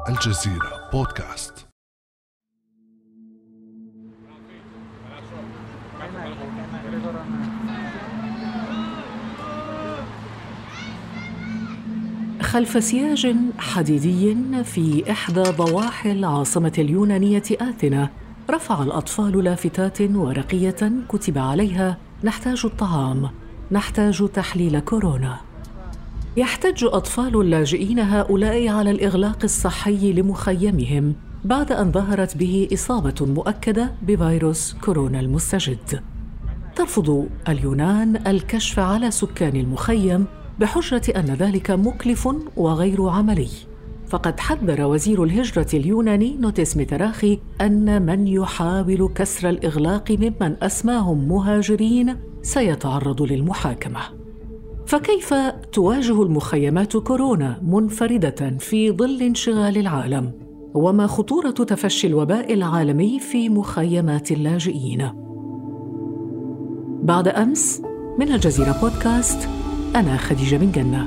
الجزيرة بودكاست. خلف سياج حديدي في إحدى ضواحي العاصمة اليونانية آثينا، رفع الأطفال لافتات ورقية كتب عليها: نحتاج الطعام، نحتاج تحليل كورونا. يحتج أطفال اللاجئين هؤلاء على الإغلاق الصحي لمخيمهم بعد أن ظهرت به إصابة مؤكدة بفيروس كورونا المستجد. ترفض اليونان الكشف على سكان المخيم بحجة أن ذلك مكلف وغير عملي، فقد حذر وزير الهجرة اليوناني نوتيس ميتراخي أن من يحاول كسر الإغلاق ممن أسماهم مهاجرين سيتعرض للمحاكمة. فكيف تواجه المخيمات كورونا منفردة في ظل انشغال العالم؟ وما خطورة تفشي الوباء العالمي في مخيمات اللاجئين؟ بعد أمس من الجزيرة بودكاست، أنا خديجة بن جنة.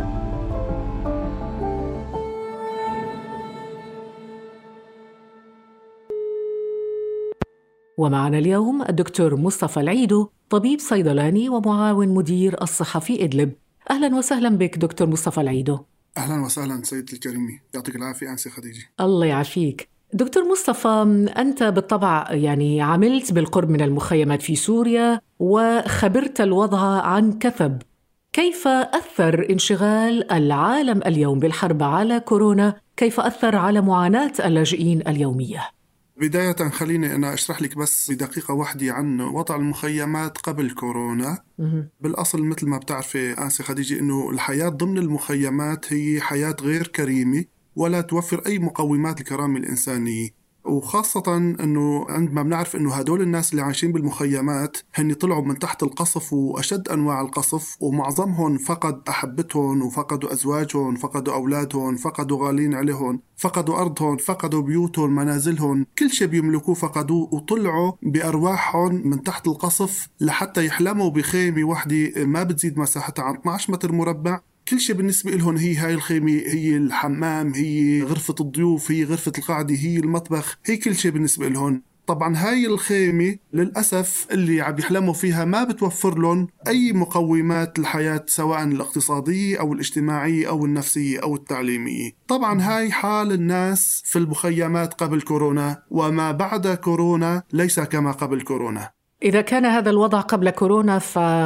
ومعنا اليوم الدكتور مصطفى العيدو، طبيب صيدلاني ومعاون مدير الصحة في إدلب. أهلا وسهلا بك دكتور مصطفى العيدو. أهلا وسهلا سيدتي الكريمة، يعطيك العافية أنسي خديجة. الله يعافيك. دكتور مصطفى، أنت بالطبع عملت بالقرب من المخيمات في سوريا وخبرت الوضع عن كثب. كيف أثر انشغال العالم اليوم بالحرب على كورونا؟ كيف أثر على معاناة اللاجئين اليومية؟ بداية خليني أنا أشرح لك بس بدقيقة واحدة عن وضع المخيمات قبل كورونا. بالأصل مثل ما بتعرفي أنسي خديجة إنه الحياة ضمن المخيمات هي حياة غير كريمة ولا توفر أي مقومات الكرامة الإنسانية، وخاصة أنه عندما بنعرف أنه هدول الناس اللي عايشين بالمخيمات هن طلعوا من تحت القصف وأشد أنواع القصف، ومعظمهم فقد أحبتهم وفقدوا أزواجهم، فقدوا أولادهم، فقدوا غالين عليهم، فقدوا أرضهم، فقدوا بيوتهم، منازلهم، كل شيء بيملكوه فقدوه، وطلعوا بأرواحهم من تحت القصف لحتى يحلموا بخيمة واحدة ما بتزيد مساحتها عن 12 متر مربع. كل شيء بالنسبة لهم هي هاي الخيمة، هي الحمام، هي غرفة الضيوف، هي غرفة القعدة، هي المطبخ، هي كل شيء بالنسبة لهم. طبعا هاي الخيمة للأسف اللي عم يحلموا فيها ما بتوفر لهم أي مقومات الحياة، سواء الاقتصادية أو الاجتماعية أو النفسية أو التعليمية. طبعا هاي حال الناس في المخيمات قبل كورونا، وما بعد كورونا ليس كما قبل كورونا. إذا كان هذا الوضع قبل كورونا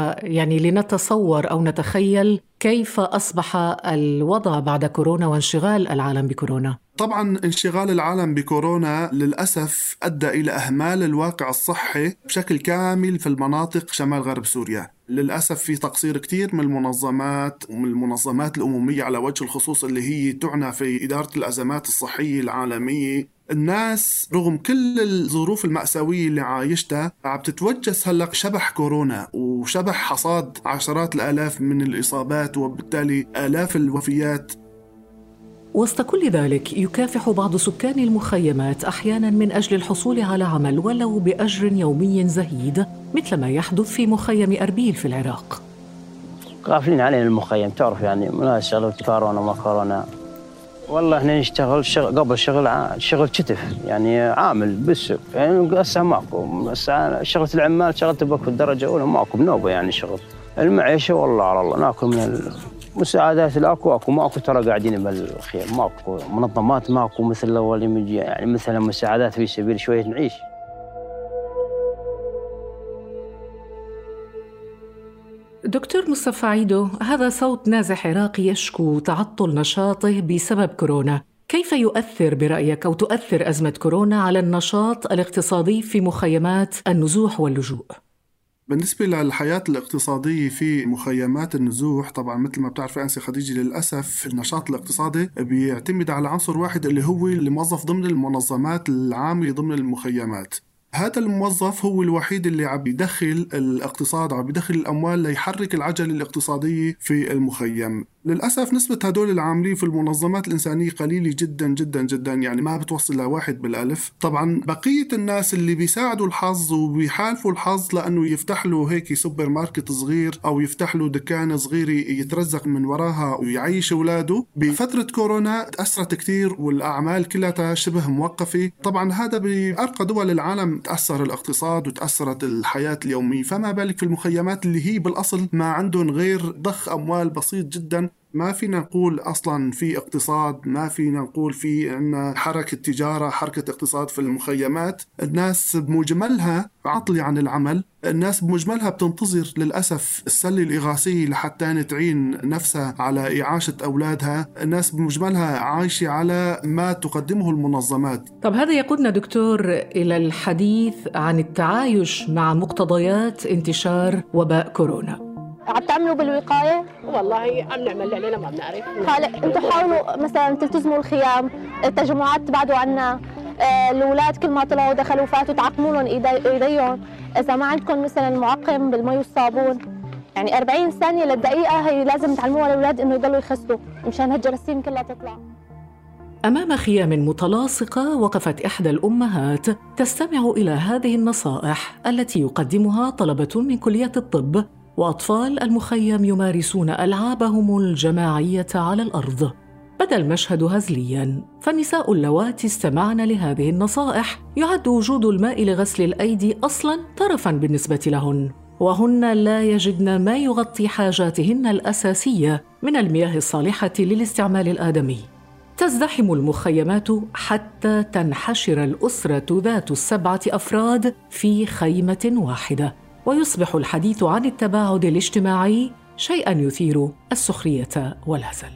لنتصور أو نتخيل كيف أصبح الوضع بعد كورونا وانشغال العالم بكورونا. طبعا انشغال العالم بكورونا للأسف أدى إلى إهمال الواقع الصحي بشكل كامل في المناطق شمال غرب سوريا. للأسف في تقصير كتير من المنظمات ومن المنظمات الأممية على وجه الخصوص اللي هي تعنى في إدارة الأزمات الصحية العالمية. الناس رغم كل الظروف المأساوية اللي عايشتها عم تتوجس هلأ شبح كورونا وشبح حصاد عشرات الآلاف من الإصابات وبالتالي آلاف الوفيات. وسط كل ذلك يكافح بعض سكان المخيمات أحياناً من أجل الحصول على عمل ولو بأجر يومي زهيد، مثل ما يحدث في مخيم أربيل في العراق. قافلين علينا المخيم، تعرف ما شغلوا كورونا ما كورونا. والله احنا نشتغل قبل شغل كتف، عامل بس هسه ماكو شغلة العمال، شغلت بك الدرجة الأولى ماكو بنوبة شغل المعيشة والله على الله. ناكل من المساعدات اكو ترى قاعدين بالخير، ماكو منظمات، ماكو مثل الاول يجي مثلا مساعدات في سبيل شوية نعيش. دكتور مصطفى عيدو، هذا صوت نازح عراقي يشكو تعطل نشاطه بسبب كورونا. كيف يؤثر برأيك أو تؤثر أزمة كورونا على النشاط الاقتصادي في مخيمات النزوح واللجوء؟ بالنسبة للحياة الاقتصادية في مخيمات النزوح، طبعا مثل ما بتعرف أنسي خديجة للأسف النشاط الاقتصادي بيعتمد على عنصر واحد اللي هو اللي موظف ضمن المنظمات العامة ضمن المخيمات. هذا الموظف هو الوحيد اللي عم يدخل الاقتصاد، عم يدخل الأموال ليحرك العجلة الاقتصادية في المخيم. للأسف نسبة هدول العاملين في المنظمات الإنسانية قليلة جدا جدا جدا، يعني ما بتوصل لواحد بالألف. طبعا بقية الناس اللي بيساعدوا الحظ وبيحالفوا الحظ لأنه يفتح له هيك سوبر ماركت صغير أو يفتح له دكان صغير يترزق من وراها ويعيش أولاده، بفترة كورونا تأثرت كتير والأعمال كلها شبه موقفة. طبعا هذا بأرقى دول العالم تأثر الاقتصاد وتأثرت الحياة اليومية، فما بالك في المخيمات اللي هي بالأصل ما عندهم غير ضخ أموال بسيط جدا. ما فينا نقول أصلا في اقتصاد، ما فينا نقول في عنا حركة تجارة، حركة اقتصاد في المخيمات. الناس بمجملها عطلة عن العمل، الناس بمجملها بتنتظر للأسف السلة الإغاثية لحتى تعين نفسها على إعاشة أولادها، الناس بمجملها عايشة على ما تقدمه المنظمات. طب هذا يقودنا دكتور إلى الحديث عن التعايش مع مقتضيات انتشار وباء كورونا. عم تعملوا بالوقاية؟ والله عم نعمل اللي علينا ما بنعرف. انتم حاولوا مثلا تلتزموا الخيام، التجمعات تبعدوا عنا، الأولاد كل ما طلعوا دخلوا فاتوا تعقموا لهم ايديهم، إذا ما عندكم مثلا معقم بالمي والصابون، يعني 40 ثانية للدقيقة هي لازم تعلموها للأولاد إنه يضلوا يخسوا مشان هالجراثيم كلها تطلع. أمام خيام متلاصقة وقفت إحدى الأمهات تستمع إلى هذه النصائح التي يقدمها طلبة من كلية الطب، وأطفال المخيم يمارسون ألعابهم الجماعية على الأرض. بدا المشهد هزلياً، فالنساء اللواتي استمعن لهذه النصائح يعد وجود الماء لغسل الأيدي أصلاً ترفاً بالنسبة لهن، وهن لا يجدن ما يغطي حاجاتهن الأساسية من المياه الصالحة للاستعمال الآدمي. تزدحم المخيمات حتى تنحشر الأسرة ذات 7 أفراد في خيمة واحدة، ويصبح الحديث عن التباعد الاجتماعي شيئاً يثير السخرية والهزل.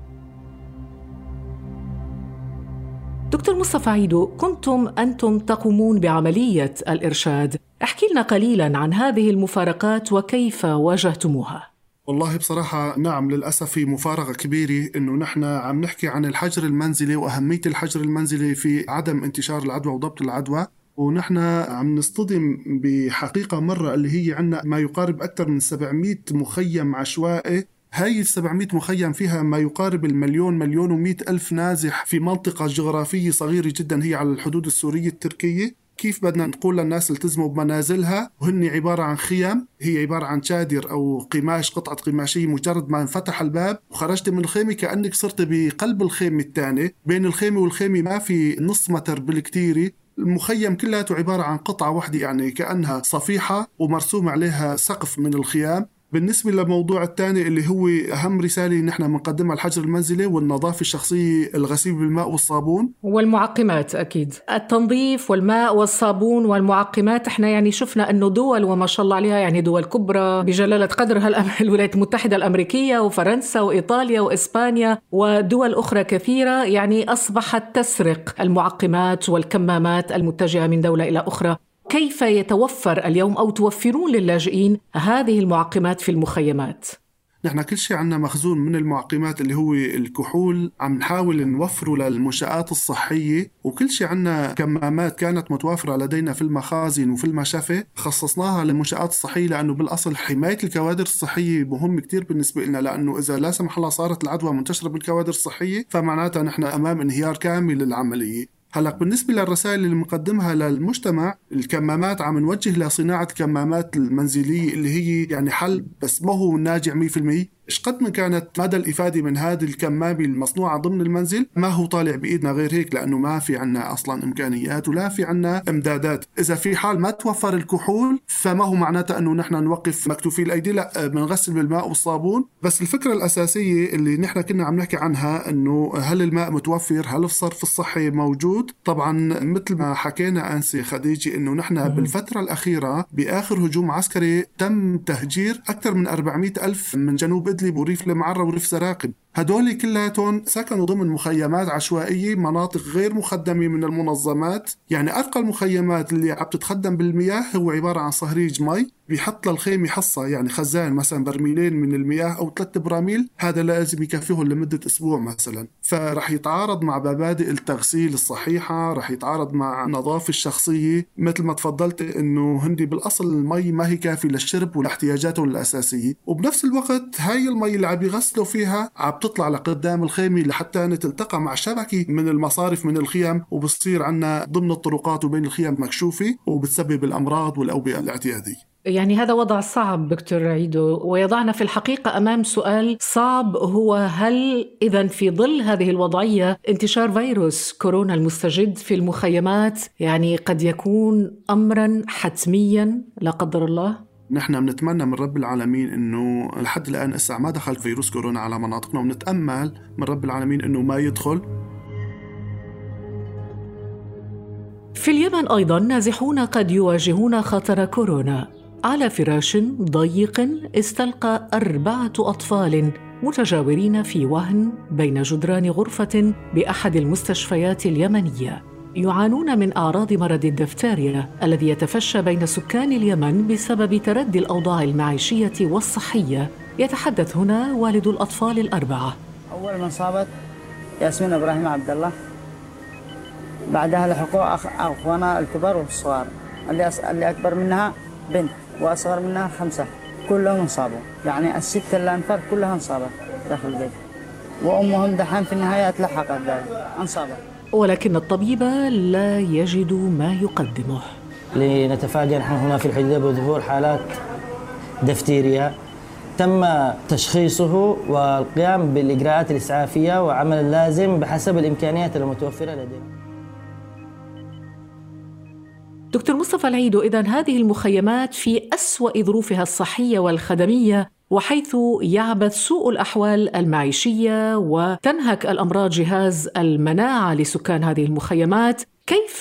دكتور مصطفى عيدو، كنتم أنتم تقومون بعملية الإرشاد، احكي لنا قليلاً عن هذه المفارقات وكيف واجهتموها. والله بصراحة نعم، للأسف في مفارقة كبيرة إنه نحن عم نحكي عن الحجر المنزلي وأهمية الحجر المنزلي في عدم انتشار العدوى وضبط العدوى، ونحن عم نصطدم بحقيقة مرة اللي هي عنا ما يقارب أكثر من 700 مخيم عشوائي. هاي 700 مخيم فيها ما يقارب 1,100,000 نازح في منطقة جغرافية صغيرة جدا هي على الحدود السورية التركية. كيف بدنا نقول للناس التزموا بمنازلها وهن عبارة عن خيام، هي عبارة عن شادر أو قماش، قطعة قماشية، مجرد ما انفتح الباب وخرجت من الخيمة كأنك صرت بقلب الخيمة الثانية، بين الخيمة والخيمة ما في نص متر بالكتير. المخيم كلها عبارة عن قطعة واحدة، يعني كأنها صفيحة ومرسوم عليها سقف من الخيام. بالنسبة للموضوع الثاني اللي هو أهم رسالة نحن بنقدمها الحجر المنزلي والنظافة الشخصية، الغسيل بالماء والصابون والمعقمات. أكيد التنظيف والماء والصابون والمعقمات، احنا يعني شفنا أنه دول وما شاء الله عليها، يعني دول كبرى بجلالة قدرها الولايات المتحدة الأمريكية وفرنسا وإيطاليا وإسبانيا ودول أخرى كثيرة، يعني أصبحت تسرق المعقمات والكمامات المتجهة من دولة إلى أخرى. كيف يتوفر اليوم أو توفرون للاجئين هذه المعقمات في المخيمات؟ نحن كل شيء عنا مخزون من المعقمات اللي هو الكحول، عم نحاول نوفره للمنشآت الصحية، وكل شيء عنا كمامات كانت متوافرة لدينا في المخازن وفي المشافي خصصناها للمنشآت الصحية، لأنه بالأصل حماية الكوادر الصحية مهم كتير بالنسبة لنا، لأنه إذا لا سمح الله صارت العدوى منتشرة بالكوادر الصحية فمعناتها نحن أمام انهيار كامل للعملية. هلأ بالنسبة للرسائل اللي مقدمها للمجتمع، الكمامات عم نوجه لصناعة الكمامات المنزلية اللي هي يعني حل بس ما هو ناجع 100%. إيش قد ما كانت مدى الإفادة من هذه الكمامة المصنوعة ضمن المنزل ما هو طالع بإيدنا غير هيك، لأنه ما في عنا أصلا إمكانيات ولا في عنا إمدادات. إذا في حال ما توفر الكحول فما هو معناته أنه نحن نوقف مكتوفي الأيدي، لا، بنغسل بالماء والصابون. بس الفكرة الأساسية اللي نحن كنا عم نحكي عنها أنه هل الماء متوفر، هل الصرف الصحي موجود. طبعا مثل ما حكينا أنسي خديجة أنه نحن بالفترة الأخيرة بآخر هجوم عسكري تم تهجير أكثر من 400,000 من جنوب إدلب وريف المعرة وريف زراقب. هدول كلاتهم سكنوا ضمن مخيمات عشوائية، مناطق غير مخدمة من المنظمات. يعني أرقى المخيمات اللي عم تتخدم بالمياه هو عبارة عن صهريج مي بيحط للخيمة حصة، يعني خزان مثلا برميلين من المياه أو 3 براميل، هذا لازم يكفيهم لمدة أسبوع مثلا. فرح يتعارض مع مبادئ التغسيل الصحيحة، رح يتعارض مع النظافة الشخصية. مثل ما تفضلت إنه هندي بالأصل المي ما هي كافية للشرب ولاحتياجاتهم الأساسية، وبنفس الوقت هاي المي اللي عم يغسلوا فيها عم تطلع لقدام الخيمة لحتى تلتقى مع شبكة من المصارف من الخيام، وبصير عنا ضمن الطرقات وبين الخيام مكشوفة، وبتسبب الأمراض والأوبئة الاعتيادية. يعني هذا وضع صعب دكتور عيدو، ويضعنا في الحقيقة أمام سؤال صعب، هو هل إذن في ظل هذه الوضعية انتشار فيروس كورونا المستجد في المخيمات يعني قد يكون أمرا حتميا لا قدر الله؟ نحن بنتمنى من رب العالمين إنه لحد الآن إسا ما دخل فيروس كورونا على مناطقنا، ونتأمل من رب العالمين إنه ما يدخل. في اليمن أيضا نازحون قد يواجهون خطر كورونا. على فراش ضيق استلقى 4 أطفال متجاورين في وهن بين جدران غرفة بأحد المستشفيات اليمنية، يعانون من أعراض مرض الدفتيريا الذي يتفشى بين سكان اليمن بسبب تردي الأوضاع المعيشية والصحية. يتحدث هنا والد الأطفال ال4. أول من صابت ياسمين إبراهيم عبد الله، بعدها لحقوا أخوانا الكبار والصغار، اللي أكبر منها بنت وأصغر منها 5، كلهم انصابوا. يعني ال6 اللي انفر كلها انصابت داخل البيت، وأمهم دحين في النهاية تلحقت ذلك انصابت. ولكن الطبيب لا يجد ما يقدمه. لنتفاجأ نحن هنا في الحديدة بظهور حالات دفتيريا، تم تشخيصه والقيام بالإجراءات الإسعافية وعمل اللازم بحسب الإمكانيات المتوفرة لدينا. دكتور مصطفى العيدو، إذن هذه المخيمات في أسوأ ظروفها الصحية والخدمية، وحيث يعبث سوء الأحوال المعيشية وتنهك الأمراض جهاز المناعة لسكان هذه المخيمات، كيف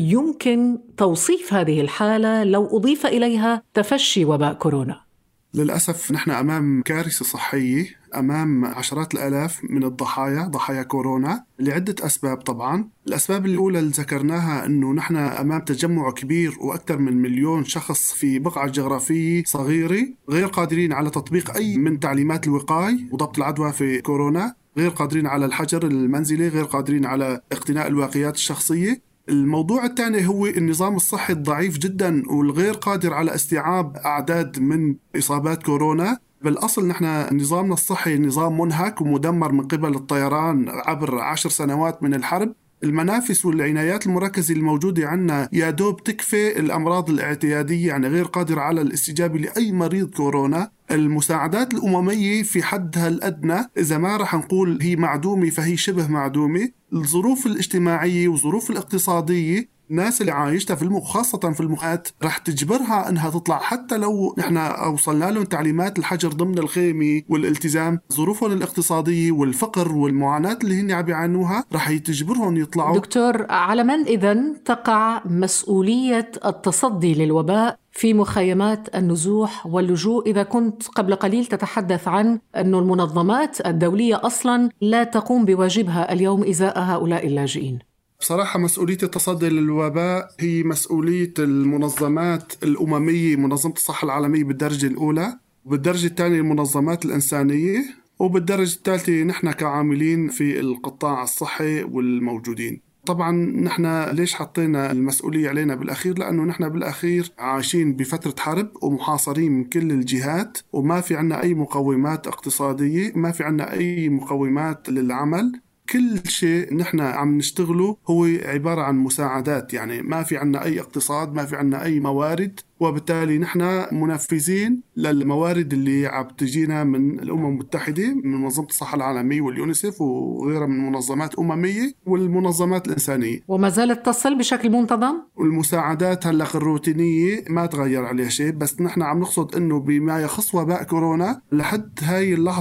يمكن توصيف هذه الحالة لو أضيف إليها تفشي وباء كورونا؟ للأسف نحن أمام كارثة صحية، أمام عشرات الآلاف من الضحايا، ضحايا كورونا، لعدة أسباب. طبعا الأسباب الأولى اللي ذكرناها أنه نحن أمام تجمع كبير وأكثر من 1,000,000 شخص في بقعة جغرافية صغيرة، غير قادرين على تطبيق أي من تعليمات الوقاية وضبط العدوى في كورونا، غير قادرين على الحجر المنزلي، غير قادرين على اقتناء الواقيات الشخصية. الموضوع الثاني هو النظام الصحي الضعيف جدا والغير قادر على استيعاب أعداد من إصابات كورونا. بالأصل نحن نظامنا الصحي نظام منهك ومدمر من قبل الطيران عبر 10 سنوات من الحرب. المنافس والعنايات المركزة الموجودة عندنا يا دوب تكفي الأمراض الاعتيادية، يعني غير قادرة على الاستجابة لأي مريض كورونا. المساعدات الأممية في حدها الأدنى، إذا ما رح نقول هي معدومة فهي شبه معدومة. الظروف الاجتماعية والظروف الاقتصادية الناس اللي عايشتها في خاصة في المخيمات رح تجبرها انها تطلع، حتى لو نحن اوصلنا لهم تعليمات الحجر ضمن الخيمة والالتزام، ظروفهم الاقتصادية والفقر والمعاناة اللي هن عم يعانوها رح تجبرهم يطلعوا. دكتور، على من إذن تقع مسؤولية التصدي للوباء في مخيمات النزوح واللجوء، إذا كنت قبل قليل تتحدث عن أن المنظمات الدولية أصلاً لا تقوم بواجبها اليوم إزاء هؤلاء اللاجئين؟ بصراحة مسؤولية التصدي للوباء هي مسؤولية المنظمات الأممية، منظمة الصحة العالمية بالدرجة الأولى، وبالدرجة الثانية المنظمات الإنسانية، وبالدرجة الثالثة نحن كعاملين في القطاع الصحي والموجودين. طبعا نحن ليش حطينا المسؤولية علينا بالأخير؟ لأنه نحن بالأخير عايشين بفترة حرب ومحاصرين من كل الجهات، وما في عنا أي مقومات اقتصادية، ما في عنا أي مقومات للعمل. كل شيء نحن عم نشتغله هو عبارة عن مساعدات، يعني ما في عنا أي اقتصاد، ما في عنا أي موارد، وبالتالي نحن منفذين للموارد اللي عم تجينا من الأمم المتحدة، من منظمة الصحة العالمية واليونيسف وغيرها من منظمات أممية والمنظمات الإنسانية. وما زالت تصل بشكل منتظم؟ والمساعدات هلأ الروتينية ما تغير عليها شيء، بس نحن عم نقصد إنه بما يخص وباء كورونا لحد هاي اللحظة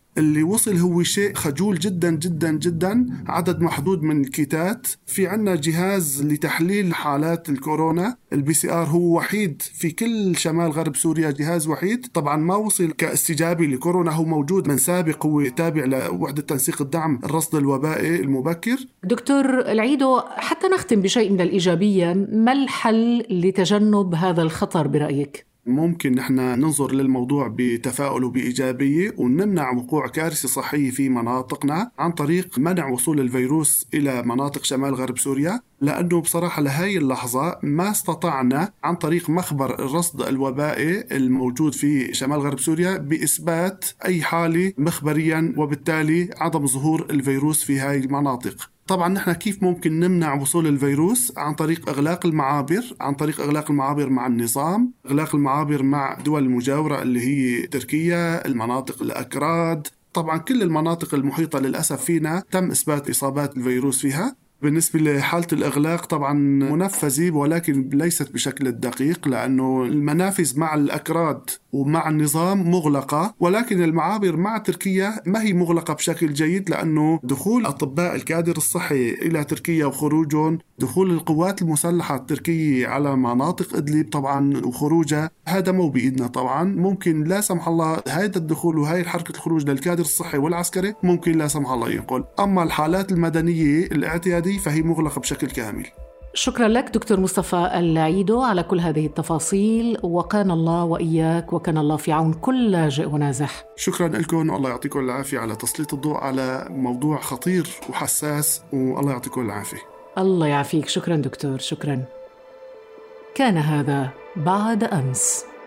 اللي وصل هو شيء خجول جدا جدا جدا، عدد محدود من الكيتات. في عنا جهاز لتحليل حالات الكورونا الPCR، هو وحيد في كل شمال غرب سوريا، جهاز وحيد. طبعا ما وصل كاستجابي لكورونا، هو موجود من سابق، هو تابع لوحدة تنسيق الدعم الرصد الوبائي المبكر. دكتور العيدو، حتى نختم بشيء من الإيجابية، ما الحل لتجنب هذا الخطر برأيك؟ ممكن نحن ننظر للموضوع بتفاؤل وبإيجابية ونمنع وقوع كارثة صحية في مناطقنا عن طريق منع وصول الفيروس إلى مناطق شمال غرب سوريا، لأنه بصراحة لهاي اللحظة ما استطعنا عن طريق مخبر الرصد الوبائي الموجود في شمال غرب سوريا بإثبات أي حالة مخبريا، وبالتالي عدم ظهور الفيروس في هاي المناطق. طبعا نحن كيف ممكن نمنع وصول الفيروس؟ عن طريق إغلاق المعابر، عن طريق إغلاق المعابر مع النظام، إغلاق المعابر مع دول المجاورة اللي هي تركيا، المناطق الأكراد. طبعا كل المناطق المحيطة للأسف فينا تم إثبات إصابات الفيروس فيها. بالنسبة لحالة الإغلاق طبعا منفذة ولكن ليست بشكل الدقيق، لأنه المنافذ مع الأكراد ومع النظام مغلقة، ولكن المعابر مع تركيا ما هي مغلقة بشكل جيد، لأنه دخول أطباء الكادر الصحي إلى تركيا وخروجهم، دخول القوات المسلحة التركية على مناطق إدلب طبعا وخروجها، هذا مو بإيدنا. طبعا ممكن لا سمح الله هذا الدخول وهي الحركة الخروج للكادر الصحي والعسكري ممكن لا سمح الله ينقل، أما الحالات المدنية الاعتيادية فهي مغلقة بشكل كامل. شكرا لك دكتور مصطفى العيدو على كل هذه التفاصيل، وكان الله وإياك، وكان الله في عون كل لاجئ ونازح. شكرا لكم، والله يعطيكم العافية على تسليط الضوء على موضوع خطير وحساس، والله يعطيكم العافية. الله يعافيك. شكرا دكتور، شكرا. كان هذا بعد أمس.